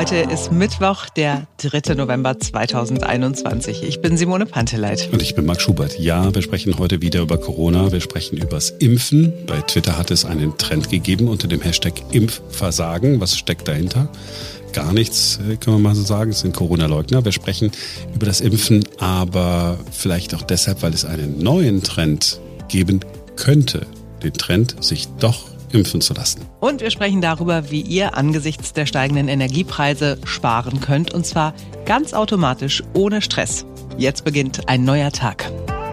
Heute ist Mittwoch, der 3. November 2021. Ich bin Simone Panteleit. Und ich bin Marc Schubert. Ja, wir sprechen heute wieder über Corona. Wir sprechen übers Impfen. Bei Twitter hat es einen Trend gegeben unter dem Hashtag Impfversagen. Was steckt dahinter? Gar nichts, können wir mal so sagen. Es sind Corona-Leugner. Wir sprechen über das Impfen, aber vielleicht auch deshalb, weil es einen neuen Trend geben könnte. Den Trend, sich doch impfen zu lassen. Und wir sprechen darüber, wie ihr angesichts der steigenden Energiepreise sparen könnt. Und zwar ganz automatisch, ohne Stress. Jetzt beginnt ein neuer Tag.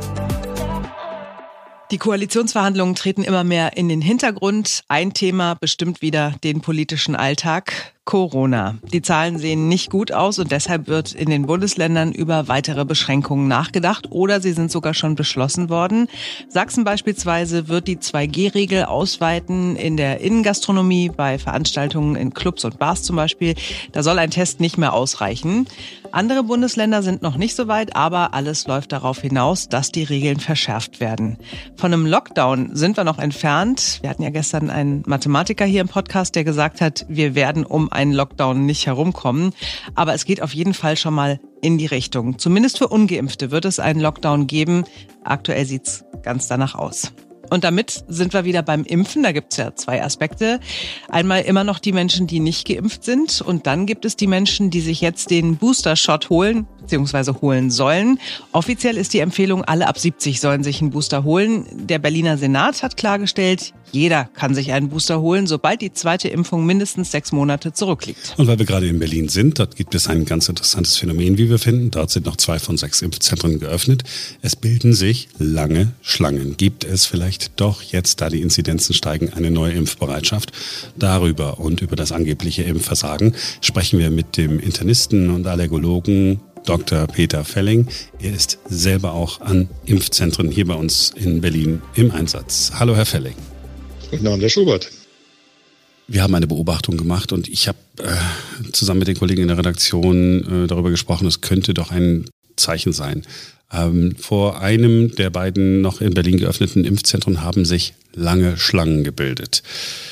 Die Koalitionsverhandlungen treten immer mehr in den Hintergrund. Ein Thema bestimmt wieder den politischen Alltag: Corona. Die Zahlen sehen nicht gut aus und deshalb wird in den Bundesländern über weitere Beschränkungen nachgedacht oder sie sind sogar schon beschlossen worden. Sachsen beispielsweise wird die 2G-Regel ausweiten in der Innengastronomie, bei Veranstaltungen in Clubs und Bars zum Beispiel. Da soll ein Test nicht mehr ausreichen. Andere Bundesländer sind noch nicht so weit, aber alles läuft darauf hinaus, dass die Regeln verschärft werden. Von einem Lockdown sind wir noch entfernt. Wir hatten ja gestern einen Mathematiker hier im Podcast, der gesagt hat, wir werden um einen Lockdown nicht herumkommen. Aber es geht auf jeden Fall schon mal in die Richtung. Zumindest für Ungeimpfte wird es einen Lockdown geben. Aktuell sieht's ganz danach aus. Und damit sind wir wieder beim Impfen. Da gibt's ja zwei Aspekte. Einmal immer noch die Menschen, die nicht geimpft sind. Und dann gibt es die Menschen, die sich jetzt den Booster-Shot holen bzw. holen sollen. Offiziell ist die Empfehlung, alle ab 70 sollen sich einen Booster holen. Der Berliner Senat hat klargestellt, jeder kann sich einen Booster holen, sobald die zweite Impfung mindestens 6 Monate zurückliegt. Und weil wir gerade in Berlin sind, dort gibt es ein ganz interessantes Phänomen, wie wir finden. Dort sind noch 2 von 6 Impfzentren geöffnet. Es bilden sich lange Schlangen. Gibt es vielleicht doch jetzt, da die Inzidenzen steigen, eine neue Impfbereitschaft? Darüber und über das angebliche Impfversagen sprechen wir mit dem Internisten und Allergologen Dr. Peter Felling. Er ist selber auch an Impfzentren hier bei uns in Berlin im Einsatz. Hallo, Herr Felling. Guten Abend, Herr Schubert. Wir haben eine Beobachtung gemacht und ich habe zusammen mit den Kollegen in der Redaktion darüber gesprochen, es könnte doch ein Zeichen sein. Vor einem der beiden noch in Berlin geöffneten Impfzentren haben sich lange Schlangen gebildet.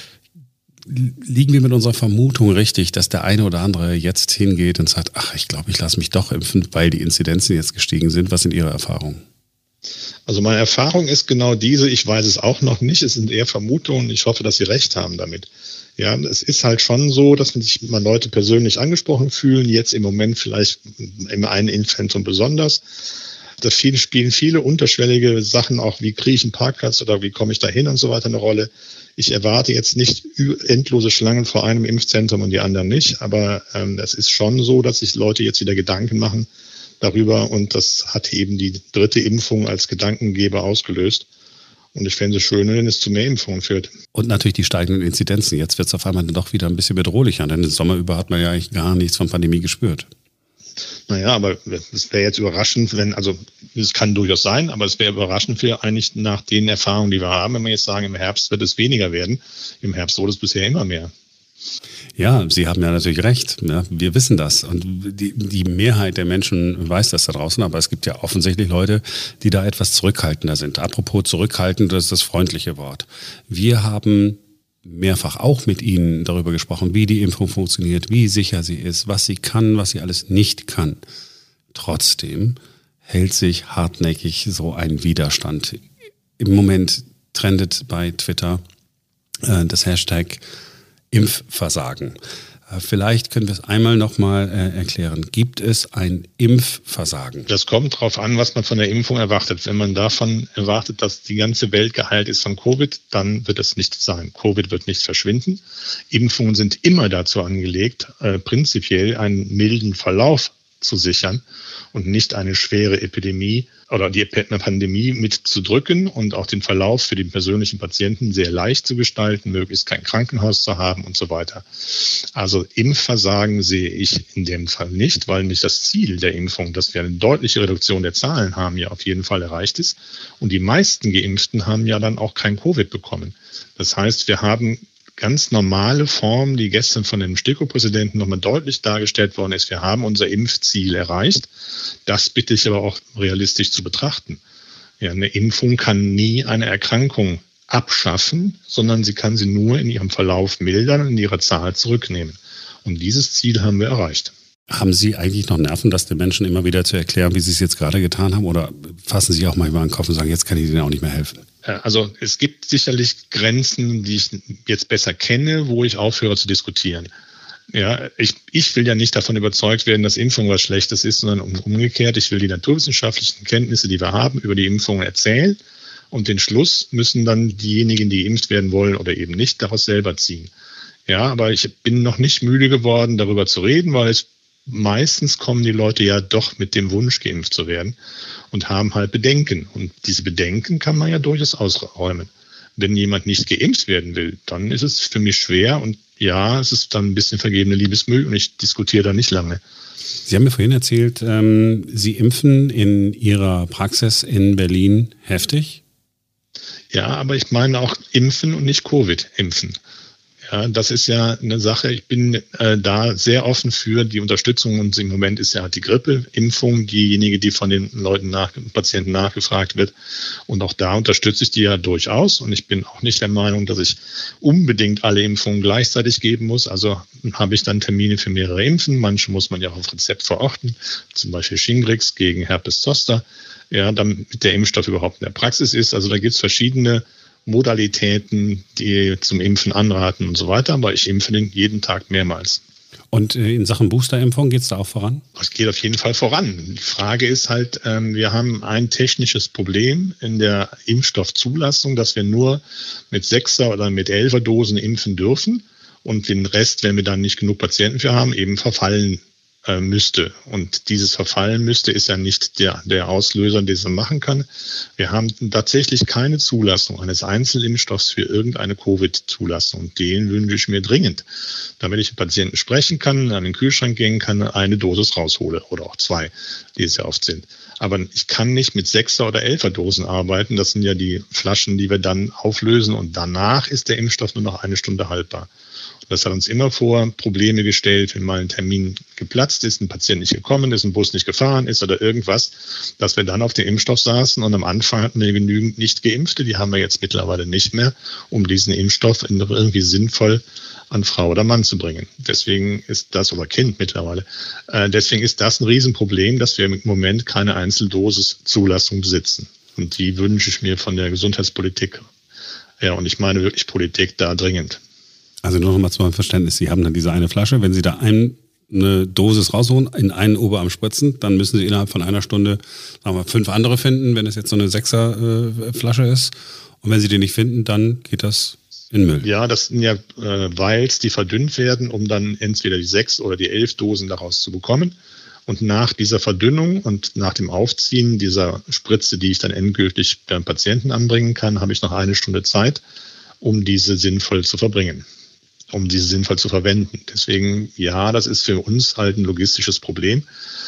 Liegen wir mit unserer Vermutung richtig, dass der eine oder andere jetzt hingeht und sagt, ach, ich glaube, ich lasse mich doch impfen, weil die Inzidenzen jetzt gestiegen sind? Was sind Ihre Erfahrungen? Also meine Erfahrung ist genau diese, ich weiß es auch noch nicht, es sind eher Vermutungen, ich hoffe, dass Sie recht haben damit. Ja, es ist halt schon so, dass sich mal Leute persönlich angesprochen fühlen, jetzt im Moment vielleicht im einen Impfzentrum besonders. Da spielen viele unterschwellige Sachen, auch wie kriege ich einen Parkplatz oder wie komme ich da hin und so weiter eine Rolle. Ich erwarte jetzt nicht endlose Schlangen vor einem Impfzentrum und die anderen nicht, aber es ist schon so, dass sich Leute jetzt wieder Gedanken machen darüber und das hat eben die 3. Impfung als Gedankengeber ausgelöst. Und ich fände es schön, wenn es zu mehr Impfungen führt. Und natürlich die steigenden Inzidenzen. Jetzt wird es auf einmal dann doch wieder ein bisschen bedrohlicher, denn den Sommer über hat man ja eigentlich gar nichts von Pandemie gespürt. Naja, aber es wäre jetzt überraschend, es kann durchaus sein, aber es wäre überraschend für eigentlich nach den Erfahrungen, die wir haben, wenn wir jetzt sagen, im Herbst wird es weniger werden. Im Herbst wurde es bisher immer mehr. Ja, Sie haben ja natürlich recht. Ja, wir wissen das. Und die Mehrheit der Menschen weiß das da draußen. Aber es gibt ja offensichtlich Leute, die da etwas zurückhaltender sind. Apropos zurückhaltend, das ist das freundliche Wort. Wir haben mehrfach auch mit Ihnen darüber gesprochen, wie die Impfung funktioniert, wie sicher sie ist, was sie kann, was sie alles nicht kann. Trotzdem hält sich hartnäckig so ein Widerstand. Im Moment trendet bei Twitter das Hashtag Impfversagen. Vielleicht können wir es einmal nochmal erklären. Gibt es ein Impfversagen? Das kommt darauf an, was man von der Impfung erwartet. Wenn man davon erwartet, dass die ganze Welt geheilt ist von Covid, dann wird es nicht sein. Covid wird nicht verschwinden. Impfungen sind immer dazu angelegt, prinzipiell einen milden Verlauf zu sichern und nicht eine schwere Epidemie oder die Pandemie mitzudrücken und auch den Verlauf für den persönlichen Patienten sehr leicht zu gestalten, möglichst kein Krankenhaus zu haben und so weiter. Also Impfversagen sehe ich in dem Fall nicht, weil nicht das Ziel der Impfung, dass wir eine deutliche Reduktion der Zahlen haben, ja auf jeden Fall erreicht ist. Und die meisten Geimpften haben ja dann auch kein Covid bekommen. Das heißt, wir haben ganz normale Form, die gestern von dem STIKO-Präsidenten nochmal deutlich dargestellt worden ist. Wir haben unser Impfziel erreicht. Das bitte ich aber auch realistisch zu betrachten. Ja, eine Impfung kann nie eine Erkrankung abschaffen, sondern sie kann sie nur in ihrem Verlauf mildern und in ihrer Zahl zurücknehmen. Und dieses Ziel haben wir erreicht. Haben Sie eigentlich noch Nerven, das den Menschen immer wieder zu erklären, wie Sie es jetzt gerade getan haben? Oder fassen Sie auch manchmal den Kopf und sagen, jetzt kann ich Ihnen auch nicht mehr helfen? Also es gibt sicherlich Grenzen, die ich jetzt besser kenne, wo ich aufhöre zu diskutieren. Ja, ich will ja nicht davon überzeugt werden, dass Impfung was Schlechtes ist, sondern umgekehrt. Ich will die naturwissenschaftlichen Kenntnisse, die wir haben, über die Impfung erzählen. Und den Schluss müssen dann diejenigen, die geimpft werden wollen oder eben nicht, daraus selber ziehen. Ja, aber ich bin noch nicht müde geworden, darüber zu reden, weil es meistens kommen die Leute ja doch mit dem Wunsch, geimpft zu werden und haben halt Bedenken. Und diese Bedenken kann man ja durchaus ausräumen. Wenn jemand nicht geimpft werden will, dann ist es für mich schwer und ja, es ist dann ein bisschen vergebene Liebesmüh und ich diskutiere da nicht lange. Sie haben mir vorhin erzählt, Sie impfen in Ihrer Praxis in Berlin heftig? Ja, aber ich meine auch impfen und nicht Covid impfen. Ja, das ist ja eine Sache. Ich bin da sehr offen für die Unterstützung und im Moment ist ja die Grippeimpfung diejenige, die von den Patienten nachgefragt wird. Und auch da unterstütze ich die ja durchaus. Und ich bin auch nicht der Meinung, dass ich unbedingt alle Impfungen gleichzeitig geben muss. Also habe ich dann Termine für mehrere Impfen. Manche muss man ja auch auf Rezept verorten, zum Beispiel Shingrix gegen Herpes Zoster, ja, damit der Impfstoff überhaupt in der Praxis ist. Also da gibt es verschiedene Modalitäten, die zum Impfen anraten und so weiter, aber ich impfe den jeden Tag mehrmals. Und in Sachen Boosterimpfung geht es da auch voran? Es geht auf jeden Fall voran. Die Frage ist halt, wir haben ein technisches Problem in der Impfstoffzulassung, dass wir nur mit 6er oder mit 11er Dosen impfen dürfen und den Rest, wenn wir dann nicht genug Patienten für haben, eben verfallen müsste. Und dieses Verfallen müsste ist ja nicht der Auslöser, den man machen kann. Wir haben tatsächlich keine Zulassung eines Einzelimpfstoffs für irgendeine Covid-Zulassung. Den wünsche ich mir dringend, damit ich mit Patienten sprechen kann, an den Kühlschrank gehen kann, eine Dosis raushole oder auch 2, die es ja oft sind. Aber ich kann nicht mit 6er oder 11er Dosen arbeiten. Das sind ja die Flaschen, die wir dann auflösen und danach ist der Impfstoff nur noch 1 Stunde haltbar. Das hat uns immer vor Probleme gestellt, wenn mal ein Termin geplatzt ist, ein Patient nicht gekommen ist, ein Bus nicht gefahren ist oder irgendwas, dass wir dann auf den Impfstoff saßen und am Anfang hatten wir genügend Nicht-Geimpfte, die haben wir jetzt mittlerweile nicht mehr, um diesen Impfstoff irgendwie sinnvoll an Frau oder Mann zu bringen. Deswegen ist das, oder Kind mittlerweile, deswegen ist das ein Riesenproblem, dass wir im Moment keine Einzeldosis-Zulassung besitzen. Und die wünsche ich mir von der Gesundheitspolitik. Ja, und ich meine wirklich Politik da dringend. Also nur noch mal zum Verständnis, Sie haben dann diese eine Flasche, wenn Sie da eine Dosis rausholen, in einen Oberarm spritzen, dann müssen Sie innerhalb von 1 Stunde, sagen wir, 5 andere finden, wenn es jetzt so eine 6er Flasche ist. Und wenn Sie die nicht finden, dann geht das in Müll. Ja, das sind ja Vials, die verdünnt werden, um dann entweder die 6 oder die 11 Dosen daraus zu bekommen. Und nach dieser Verdünnung und nach dem Aufziehen dieser Spritze, die ich dann endgültig beim Patienten anbringen kann, habe ich noch 1 Stunde Zeit, um diese sinnvoll zu verbringen, um diese sinnvoll zu verwenden. Deswegen, ja, das ist für uns halt ein logistisches Problem,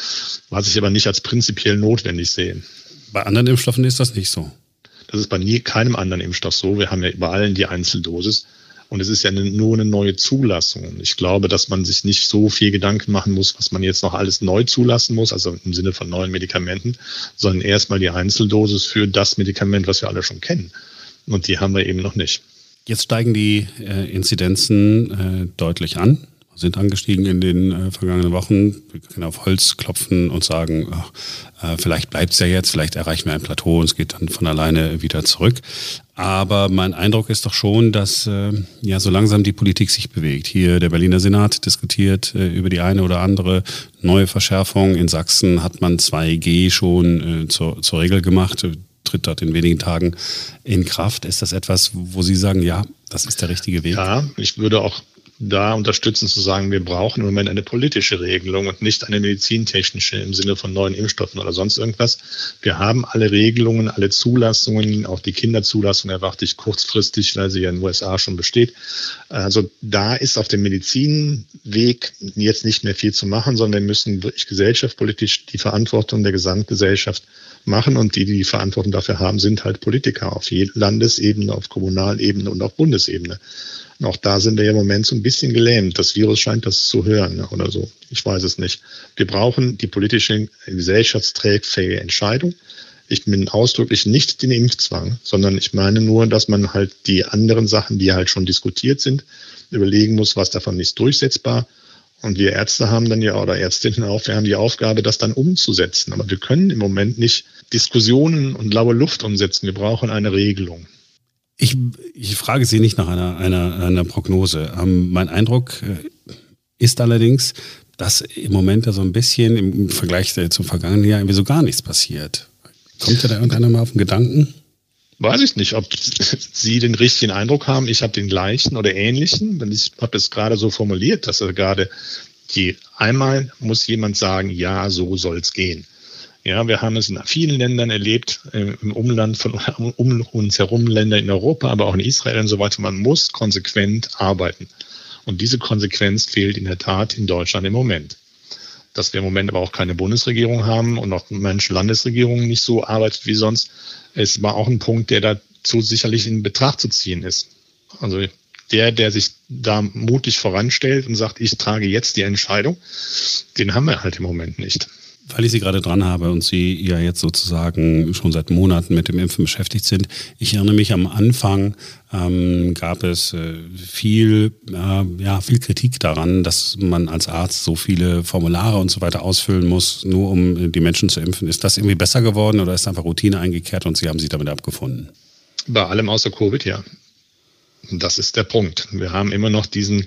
was ich aber nicht als prinzipiell notwendig sehe. Bei anderen Impfstoffen ist das nicht so. Das ist bei keinem anderen Impfstoff so. Wir haben ja bei allen die Einzeldosis und es ist ja nur eine neue Zulassung. Ich glaube, dass man sich nicht so viel Gedanken machen muss, was man jetzt noch alles neu zulassen muss, also im Sinne von neuen Medikamenten, sondern erstmal die Einzeldosis für das Medikament, was wir alle schon kennen. Und die haben wir eben noch nicht. Jetzt steigen die Inzidenzen deutlich an, sind angestiegen in den vergangenen Wochen. Wir können auf Holz klopfen und sagen, vielleicht bleibt es ja jetzt, vielleicht erreichen wir ein Plateau und es geht dann von alleine wieder zurück. Aber mein Eindruck ist doch schon, dass so langsam die Politik sich bewegt. Hier der Berliner Senat diskutiert über die eine oder andere neue Verschärfung. In Sachsen hat man 2G schon zur Regel gemacht, tritt dort in wenigen Tagen in Kraft. Ist das etwas, wo Sie sagen, ja, das ist der richtige Weg? Ja, ich würde auch da unterstützen zu sagen, wir brauchen im Moment eine politische Regelung und nicht eine medizintechnische im Sinne von neuen Impfstoffen oder sonst irgendwas. Wir haben alle Regelungen, alle Zulassungen, auch die Kinderzulassung erwarte ich kurzfristig, weil sie ja in den USA schon besteht. Also da ist auf dem Medizinweg jetzt nicht mehr viel zu machen, sondern wir müssen wirklich gesellschaftspolitisch die Verantwortung der Gesamtgesellschaft machen und die Verantwortung dafür haben, sind halt Politiker auf Landesebene, auf Kommunalebene und auf Bundesebene. Und auch da sind wir ja im Moment so ein bisschen gelähmt. Das Virus scheint das zu hören oder so. Ich weiß es nicht. Wir brauchen die politische, gesellschaftsträgfähige Entscheidung. Ich bin ausdrücklich nicht den Impfzwang, sondern ich meine nur, dass man halt die anderen Sachen, die halt schon diskutiert sind, überlegen muss, was davon ist durchsetzbar Und wir Ärzte haben dann ja, oder Ärztinnen auch, wir haben die Aufgabe, das dann umzusetzen. Aber wir können im Moment nicht Diskussionen und laue Luft umsetzen. Wir brauchen eine Regelung. Ich frage Sie nicht nach einer Prognose. Mein Eindruck ist allerdings, dass im Moment da so ein bisschen im Vergleich zum vergangenen Jahr irgendwie so gar nichts passiert. Kommt da irgendeiner mal auf den Gedanken? Weiß ich nicht, ob Sie den richtigen Eindruck haben. Ich habe den gleichen oder ähnlichen. Ich habe es gerade so formuliert, dass gerade einmal muss jemand sagen, ja, so soll es gehen. Ja, wir haben es in vielen Ländern erlebt, im Umland von um uns herum, Länder in Europa, aber auch in Israel und so weiter. Man muss konsequent arbeiten. Und diese Konsequenz fehlt in der Tat in Deutschland im Moment. Dass wir im Moment aber auch keine Bundesregierung haben und auch manche Landesregierungen nicht so arbeitet wie sonst, ist aber auch ein Punkt, der dazu sicherlich in Betracht zu ziehen ist. Also der sich da mutig voranstellt und sagt, ich trage jetzt die Entscheidung, den haben wir halt im Moment nicht. Weil ich Sie gerade dran habe und Sie ja jetzt sozusagen schon seit Monaten mit dem Impfen beschäftigt sind. Ich erinnere mich, am Anfang gab es viel Kritik daran, dass man als Arzt so viele Formulare und so weiter ausfüllen muss, nur um die Menschen zu impfen. Ist das irgendwie besser geworden oder ist einfach Routine eingekehrt und Sie haben sich damit abgefunden? Bei allem außer Covid, ja. Und das ist der Punkt. Wir haben immer noch diesen,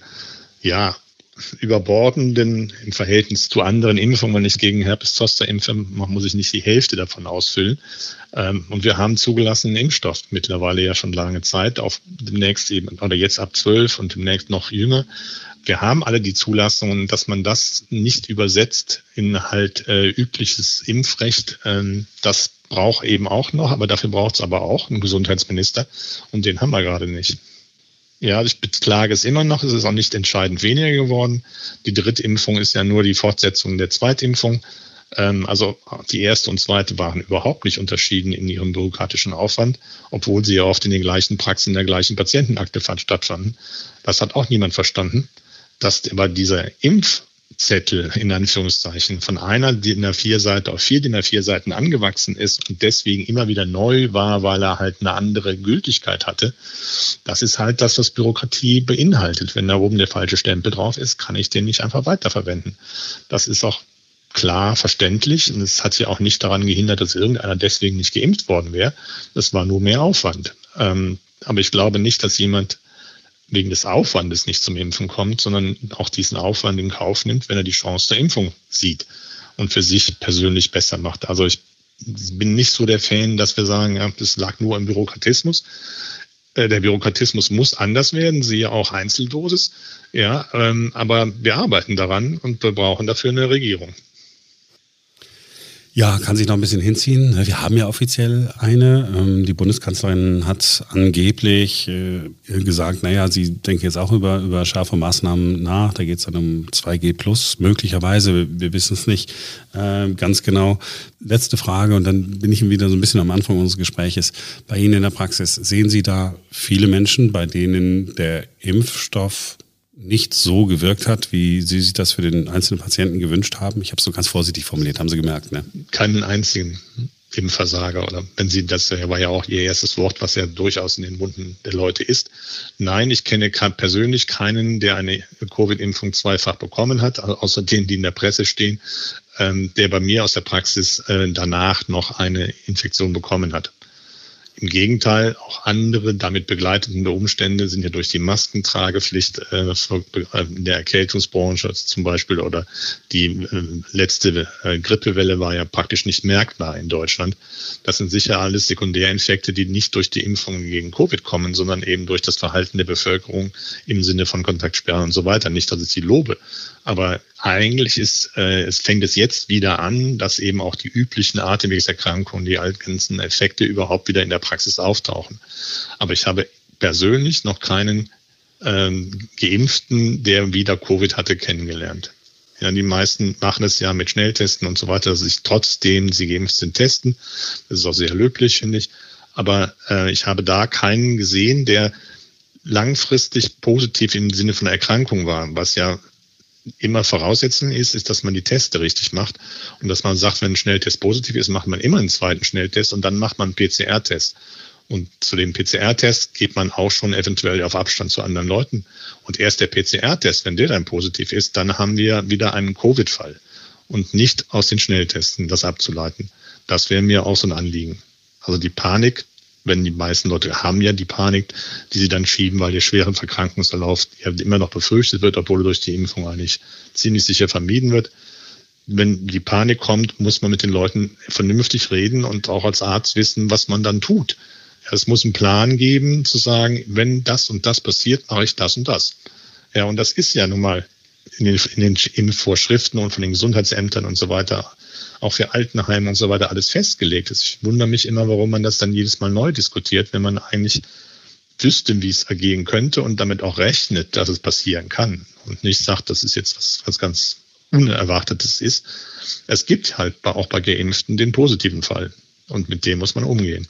überbordenden im Verhältnis zu anderen Impfungen, wenn ich gegen Herpes-Zoster impfe, muss ich nicht die Hälfte davon ausfüllen. Und wir haben zugelassenen Impfstoff mittlerweile ja schon lange Zeit, auf demnächst eben, oder jetzt ab 12 und demnächst noch jünger. Wir haben alle die Zulassungen, dass man das nicht übersetzt in halt übliches Impfrecht. Das braucht eben auch noch, aber dafür braucht es aber auch einen Gesundheitsminister und den haben wir gerade nicht. Ja, ich beklage es immer noch. Es ist auch nicht entscheidend weniger geworden. Die Drittimpfung ist ja nur die Fortsetzung der Zweitimpfung. Also die erste und zweite waren überhaupt nicht unterschieden in ihrem bürokratischen Aufwand, obwohl sie ja oft in den gleichen Praxen in der gleichen Patientenakte stattfanden. Das hat auch niemand verstanden, dass aber dieser Impfzettel in Anführungszeichen von einer DIN A4-Seite auf 4 DIN A4-Seiten angewachsen ist und deswegen immer wieder neu war, weil er halt eine andere Gültigkeit hatte. Das ist halt das, was Bürokratie beinhaltet. Wenn da oben der falsche Stempel drauf ist, kann ich den nicht einfach weiterverwenden. Das ist auch klar verständlich und es hat ja auch nicht daran gehindert, dass irgendeiner deswegen nicht geimpft worden wäre. Das war nur mehr Aufwand. Aber ich glaube nicht, dass jemand wegen des Aufwandes nicht zum Impfen kommt, sondern auch diesen Aufwand in Kauf nimmt, wenn er die Chance der Impfung sieht und für sich persönlich besser macht. Also ich bin nicht so der Fan, dass wir sagen, ja, das lag nur im Bürokratismus. Der Bürokratismus muss anders werden, siehe auch Einzeldosis. Ja, aber wir arbeiten daran und wir brauchen dafür eine Regierung. Ja, kann sich noch ein bisschen hinziehen. Wir haben ja offiziell eine. Die Bundeskanzlerin hat angeblich gesagt, sie denkt jetzt auch über scharfe Maßnahmen nach. Da geht es dann um 2G+, möglicherweise. Wir wissen es nicht ganz genau. Letzte Frage und dann bin ich wieder so ein bisschen am Anfang unseres Gespräches. Bei Ihnen in der Praxis, sehen Sie da viele Menschen, bei denen der Impfstoff nicht so gewirkt hat, wie Sie sich das für den einzelnen Patienten gewünscht haben? Ich habe es so ganz vorsichtig formuliert, haben Sie gemerkt, ne? Keinen einzigen Impfversager oder wenn Sie, das war ja auch Ihr erstes Wort, was ja durchaus in den Munden der Leute ist. Nein, ich kenne persönlich keinen, der eine Covid-Impfung zweifach bekommen hat, außer denen, die in der Presse stehen, der bei mir aus der Praxis danach noch eine Infektion bekommen hat. Im Gegenteil, auch andere damit begleitende Umstände sind ja durch die Maskentragepflicht in der Erkältungsbranche zum Beispiel oder die letzte Grippewelle war ja praktisch nicht merkbar in Deutschland. Das sind sicher alles Sekundärinfekte, die nicht durch die Impfungen gegen Covid kommen, sondern eben durch das Verhalten der Bevölkerung im Sinne von Kontaktsperren und so weiter. Nicht, dass ich sie lobe. Aber eigentlich fängt es jetzt wieder an, dass eben auch die üblichen Atemwegserkrankungen, die ganzen Effekte überhaupt wieder in der Praxis auftauchen. Aber ich habe persönlich noch keinen Geimpften, der wieder Covid hatte, kennengelernt. Ja, die meisten machen es ja mit Schnelltesten und so weiter, dass sich trotzdem sie geimpft sind, testen. Das ist auch sehr löblich, finde ich. Aber ich habe da keinen gesehen, der langfristig positiv im Sinne von einer Erkrankung war, was ja immer Voraussetzung ist, dass man die Teste richtig macht und dass man sagt, wenn ein Schnelltest positiv ist, macht man immer einen zweiten Schnelltest und dann macht man einen PCR-Test. Und zu dem PCR-Test geht man auch schon eventuell auf Abstand zu anderen Leuten. Und erst der PCR-Test, wenn der dann positiv ist, dann haben wir wieder einen Covid-Fall. Und nicht aus den Schnelltesten das abzuleiten. Das wäre mir auch so ein Anliegen. Also die Panik, wenn die meisten Leute haben ja die Panik, die sie dann schieben, weil der schwere Verkrankungsverlauf ja immer noch befürchtet wird, obwohl er durch die Impfung eigentlich ziemlich sicher vermieden wird. Wenn die Panik kommt, muss man mit den Leuten vernünftig reden und auch als Arzt wissen, was man dann tut. Es muss einen Plan geben, zu sagen, wenn das und das passiert, mache ich das und das. Ja, und das ist ja nun mal in den Impfvorschriften und von den Gesundheitsämtern und so weiter, auch für Altenheime und so weiter, alles festgelegt ist. Ich wundere mich immer, warum man das dann jedes Mal neu diskutiert, wenn man eigentlich wüsste, wie es agieren könnte und damit auch rechnet, dass es passieren kann und nicht sagt, das ist jetzt was ganz Unerwartetes ist. Es gibt halt auch bei Geimpften den positiven Fall und mit dem muss man umgehen.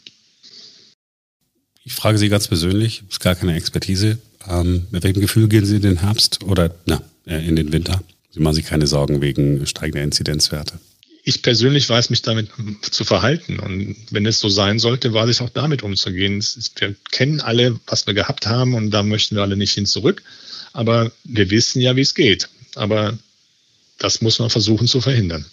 Ich frage Sie ganz persönlich, ist gar keine Expertise, mit welchem Gefühl gehen Sie in den Herbst oder in den Winter? Sie machen sich keine Sorgen wegen steigender Inzidenzwerte. Ich persönlich weiß mich damit zu verhalten und wenn es so sein sollte, weiß ich auch damit umzugehen. Wir kennen alle, was wir gehabt haben und da möchten wir alle nicht hin zurück, aber wir wissen ja, wie es geht. Aber das muss man versuchen zu verhindern.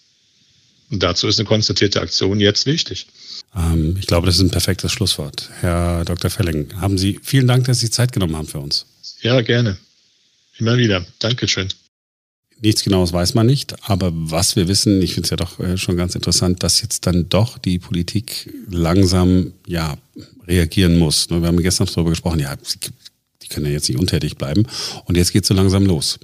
Und dazu ist eine konzertierte Aktion jetzt wichtig. Ich glaube, das ist ein perfektes Schlusswort. Herr Dr. Felling, haben Sie vielen Dank, dass Sie Zeit genommen haben für uns. Ja, gerne. Immer wieder. Dankeschön. Nichts Genaues weiß man nicht, aber was wir wissen, ich finde es ja doch schon ganz interessant, dass jetzt dann doch die Politik langsam reagieren muss. Wir haben gestern darüber gesprochen, die können ja jetzt nicht untätig bleiben und jetzt geht es so langsam los.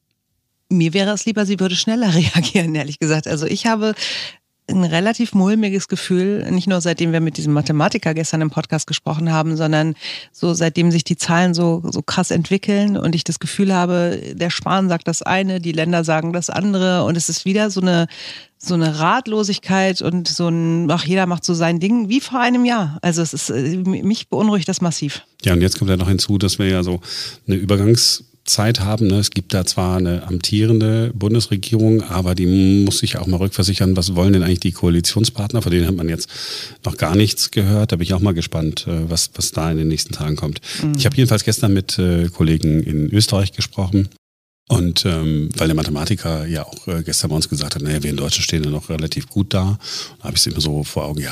Mir wäre es lieber, sie würde schneller reagieren, ehrlich gesagt. Also ich habe ein relativ mulmiges Gefühl, nicht nur seitdem wir mit diesem Mathematiker gestern im Podcast gesprochen haben, sondern so seitdem sich die Zahlen so krass entwickeln und ich das Gefühl habe, der Spahn sagt das eine, die Länder sagen das andere und es ist wieder so eine Ratlosigkeit und so ein, jeder macht so sein Ding wie vor einem Jahr. Also es ist, mich beunruhigt das massiv. Ja, und jetzt kommt ja noch hinzu, dass wir ja so eine Übergangszeit haben. Es gibt da zwar eine amtierende Bundesregierung, aber die muss sich auch mal rückversichern, was wollen denn eigentlich die Koalitionspartner? Von denen hat man jetzt noch gar nichts gehört. Da bin ich auch mal gespannt, was da in den nächsten Tagen kommt. Mhm. Ich habe jedenfalls gestern mit Kollegen in Österreich gesprochen. Und weil der Mathematiker ja auch gestern bei uns gesagt hat, wir in Deutschland stehen ja noch relativ gut da, habe ich es immer so vor Augen,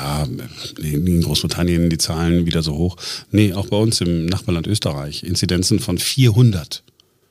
in Großbritannien die Zahlen wieder so hoch. Nee, auch bei uns im Nachbarland Österreich, Inzidenzen von 400.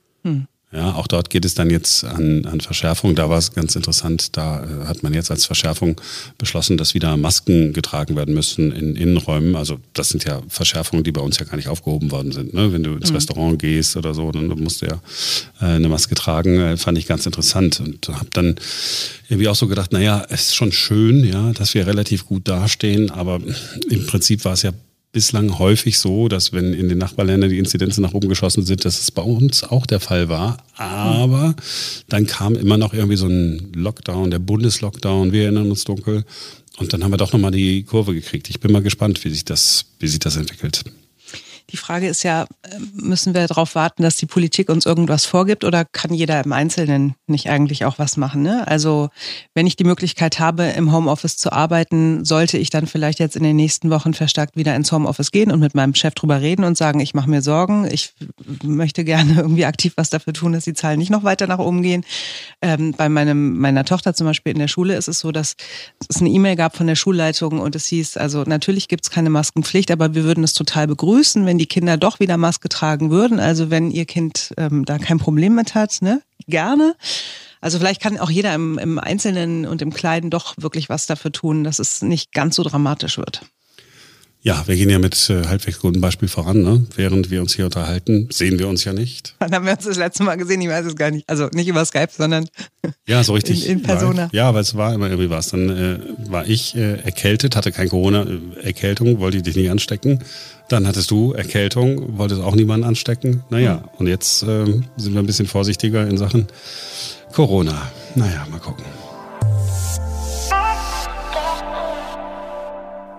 Ja, auch dort geht es dann jetzt an Verschärfung. Da war es ganz interessant, da hat man jetzt als Verschärfung beschlossen, dass wieder Masken getragen werden müssen in Innenräumen. Also das sind ja Verschärfungen, die bei uns ja gar nicht aufgehoben worden sind. Ne? Wenn du ins Restaurant gehst oder so, dann musst du ja eine Maske tragen. Fand ich ganz interessant und habe dann irgendwie auch so gedacht, es ist schon schön, dass wir relativ gut dastehen, aber im Prinzip war es ja bislang häufig so, dass wenn in den Nachbarländern die Inzidenzen nach oben geschossen sind, dass es bei uns auch der Fall war. Aber dann kam immer noch irgendwie so ein Lockdown, der Bundeslockdown, wir erinnern uns dunkel. Und dann haben wir doch nochmal die Kurve gekriegt. Ich bin mal gespannt, wie sich das entwickelt. Die Frage ist ja, müssen wir darauf warten, dass die Politik uns irgendwas vorgibt oder kann jeder im Einzelnen nicht eigentlich auch was machen? Ne? Also wenn ich die Möglichkeit habe, im Homeoffice zu arbeiten, sollte ich dann vielleicht jetzt in den nächsten Wochen verstärkt wieder ins Homeoffice gehen und mit meinem Chef drüber reden und sagen, ich mache mir Sorgen, ich möchte gerne irgendwie aktiv was dafür tun, dass die Zahlen nicht noch weiter nach oben gehen. Bei meiner Tochter zum Beispiel in der Schule ist es so, dass es eine E-Mail gab von der Schulleitung und es hieß, also natürlich gibt es keine Maskenpflicht, aber wir würden es total begrüßen, wenn die Kinder doch wieder Maske tragen würden. Also wenn ihr Kind da kein Problem mit hat, gerne. Also vielleicht kann auch jeder im Einzelnen und im Kleinen doch wirklich was dafür tun, dass es nicht ganz so dramatisch wird. Ja, wir gehen ja mit halbwegs gutem Beispiel voran. Ne? Während wir uns hier unterhalten, sehen wir uns ja nicht. Wann haben wir uns das letzte Mal gesehen? Ich weiß es gar nicht. Also nicht über Skype, sondern so richtig in Persona. Ja, weil es war immer irgendwie was. Dann war ich erkältet, hatte keine Corona-Erkältung, wollte ich dich nicht anstecken. Dann hattest du Erkältung, wolltest auch niemanden anstecken. Und jetzt sind wir ein bisschen vorsichtiger in Sachen Corona. Mal gucken.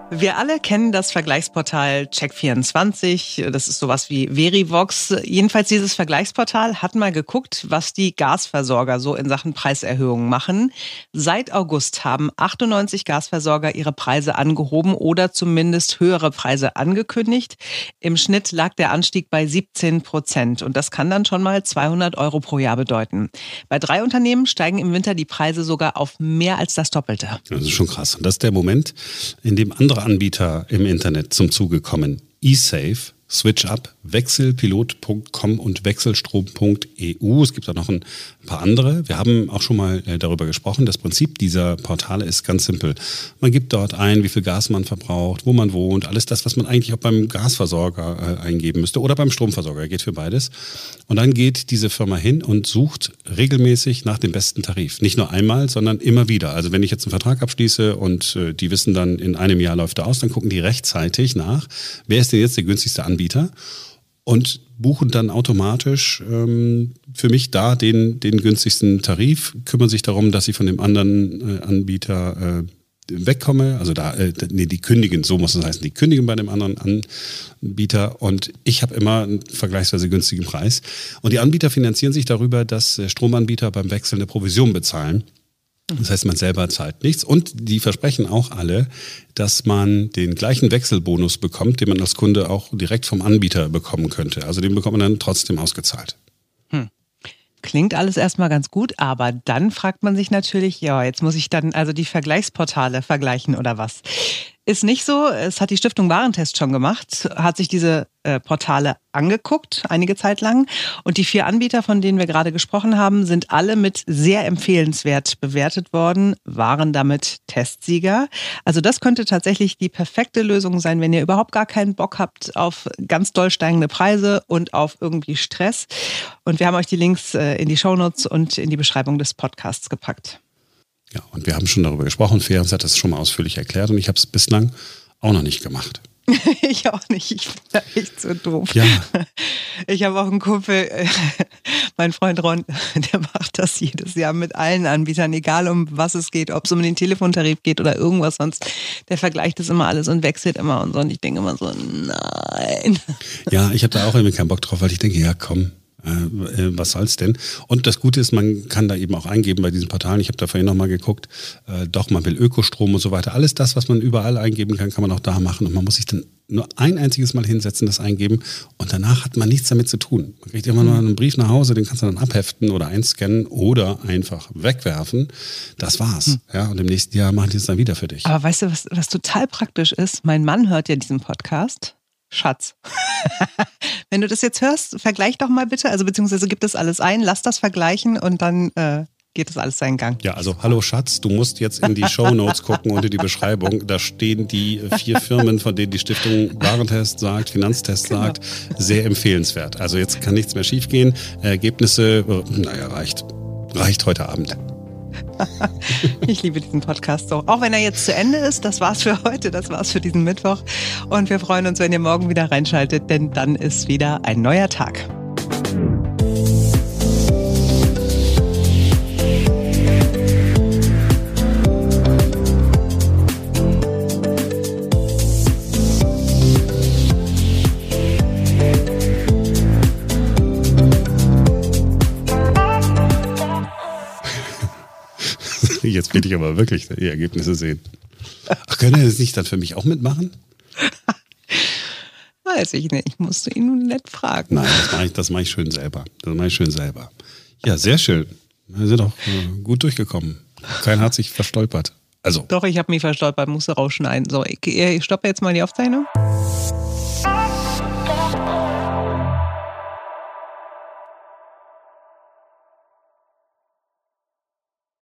Wir alle kennen das Vergleichsportal Check24, das ist sowas wie Verivox. Jedenfalls dieses Vergleichsportal hat mal geguckt, was die Gasversorger so in Sachen Preiserhöhungen machen. Seit August haben 98 Gasversorger ihre Preise angehoben oder zumindest höhere Preise angekündigt. Im Schnitt lag der Anstieg bei 17% und das kann dann schon mal 200 € pro Jahr bedeuten. Bei 3 Unternehmen steigen im Winter die Preise sogar auf mehr als das Doppelte. Das ist schon krass. Und das ist der Moment, in dem andere Anbieter im Internet zum Zuge kommen. eSafe, SwitchUp, Wechselpilot.com und Wechselstrom.eu. Es gibt auch noch ein paar andere. Wir haben auch schon mal darüber gesprochen. Das Prinzip dieser Portale ist ganz simpel. Man gibt dort ein, wie viel Gas man verbraucht, wo man wohnt, alles das, was man eigentlich auch beim Gasversorger eingeben müsste oder beim Stromversorger, geht für beides. Und dann geht diese Firma hin und sucht regelmäßig nach dem besten Tarif. Nicht nur einmal, sondern immer wieder. Also wenn ich jetzt einen Vertrag abschließe und die wissen dann, in einem Jahr läuft er aus, dann gucken die rechtzeitig nach, wer ist denn jetzt der günstigste Anbieter und buchen dann automatisch für mich da den günstigsten Tarif, kümmern sich darum, dass ich von dem anderen Anbieter wegkomme, also die kündigen, so muss es heißen, die kündigen bei dem anderen Anbieter und ich habe immer einen vergleichsweise günstigen Preis. Und die Anbieter finanzieren sich darüber, dass Stromanbieter beim Wechsel eine Provision bezahlen. Das heißt, man selber zahlt nichts und die versprechen auch alle, dass man den gleichen Wechselbonus bekommt, den man als Kunde auch direkt vom Anbieter bekommen könnte. Also den bekommt man dann trotzdem ausgezahlt. Klingt alles erstmal ganz gut, aber dann fragt man sich natürlich, ja, jetzt muss ich dann also die Vergleichsportale vergleichen oder was? Ist nicht so. Es hat die Stiftung Warentest schon gemacht, hat sich diese Portale angeguckt, einige Zeit lang. Und die 4 Anbieter, von denen wir gerade gesprochen haben, sind alle mit sehr empfehlenswert bewertet worden, waren damit Testsieger. Also das könnte tatsächlich die perfekte Lösung sein, wenn ihr überhaupt gar keinen Bock habt auf ganz doll steigende Preise und auf irgendwie Stress. Und wir haben euch die Links in die Shownotes und in die Beschreibung des Podcasts gepackt. Ja, und wir haben schon darüber gesprochen. Ferenc hat das schon mal ausführlich erklärt und ich habe es bislang auch noch nicht gemacht. Ich auch nicht. Ich bin da echt so doof. Ja. Ich habe auch einen Kumpel, mein Freund Ron, der macht das jedes Jahr mit allen Anbietern, egal um was es geht, ob es um den Telefontarif geht oder irgendwas sonst. Der vergleicht das immer alles und wechselt immer und so. Und ich denke immer so, nein. Ja, ich habe da auch irgendwie keinen Bock drauf, weil ich denke, ja komm. Was soll's denn? Und das Gute ist, man kann da eben auch eingeben bei diesen Portalen. Ich habe da vorhin nochmal geguckt, doch, man will Ökostrom und so weiter. Alles das, was man überall eingeben kann, kann man auch da machen. Und man muss sich dann nur ein einziges Mal hinsetzen, das eingeben. Und danach hat man nichts damit zu tun. Man kriegt immer nur einen Brief nach Hause, den kannst du dann abheften oder einscannen oder einfach wegwerfen. Das war's. Ja, und im nächsten Jahr machen die es dann wieder für dich. Aber weißt du, was total praktisch ist? Mein Mann hört ja diesen Podcast. Schatz. Wenn du das jetzt hörst, vergleich doch mal bitte, also beziehungsweise gib das alles ein, lass das vergleichen und dann geht das alles seinen Gang. Ja, also hallo Schatz, du musst jetzt in die Shownotes gucken unter die Beschreibung. Da stehen die 4 Firmen, von denen die Stiftung Warentest sagt, Finanztest sagt, sehr empfehlenswert. Also jetzt kann nichts mehr schiefgehen. Ergebnisse, reicht heute Abend. Ich liebe diesen Podcast so. Auch wenn er jetzt zu Ende ist, das war's für heute, das war's für diesen Mittwoch. Und wir freuen uns, wenn ihr morgen wieder reinschaltet, denn dann ist wieder ein neuer Tag. Jetzt will ich aber wirklich die Ergebnisse sehen. Ach, können Sie das nicht dann für mich auch mitmachen? Weiß ich nicht. Ich musste ihn nur nett fragen. Nein, das mache ich schön selber. Ja, sehr schön. Wir sind auch gut durchgekommen. Keiner hat sich verstolpert. Also. Doch, ich habe mich verstolpert, musste rausschneiden. So, ich stoppe jetzt mal die Aufzeichnung.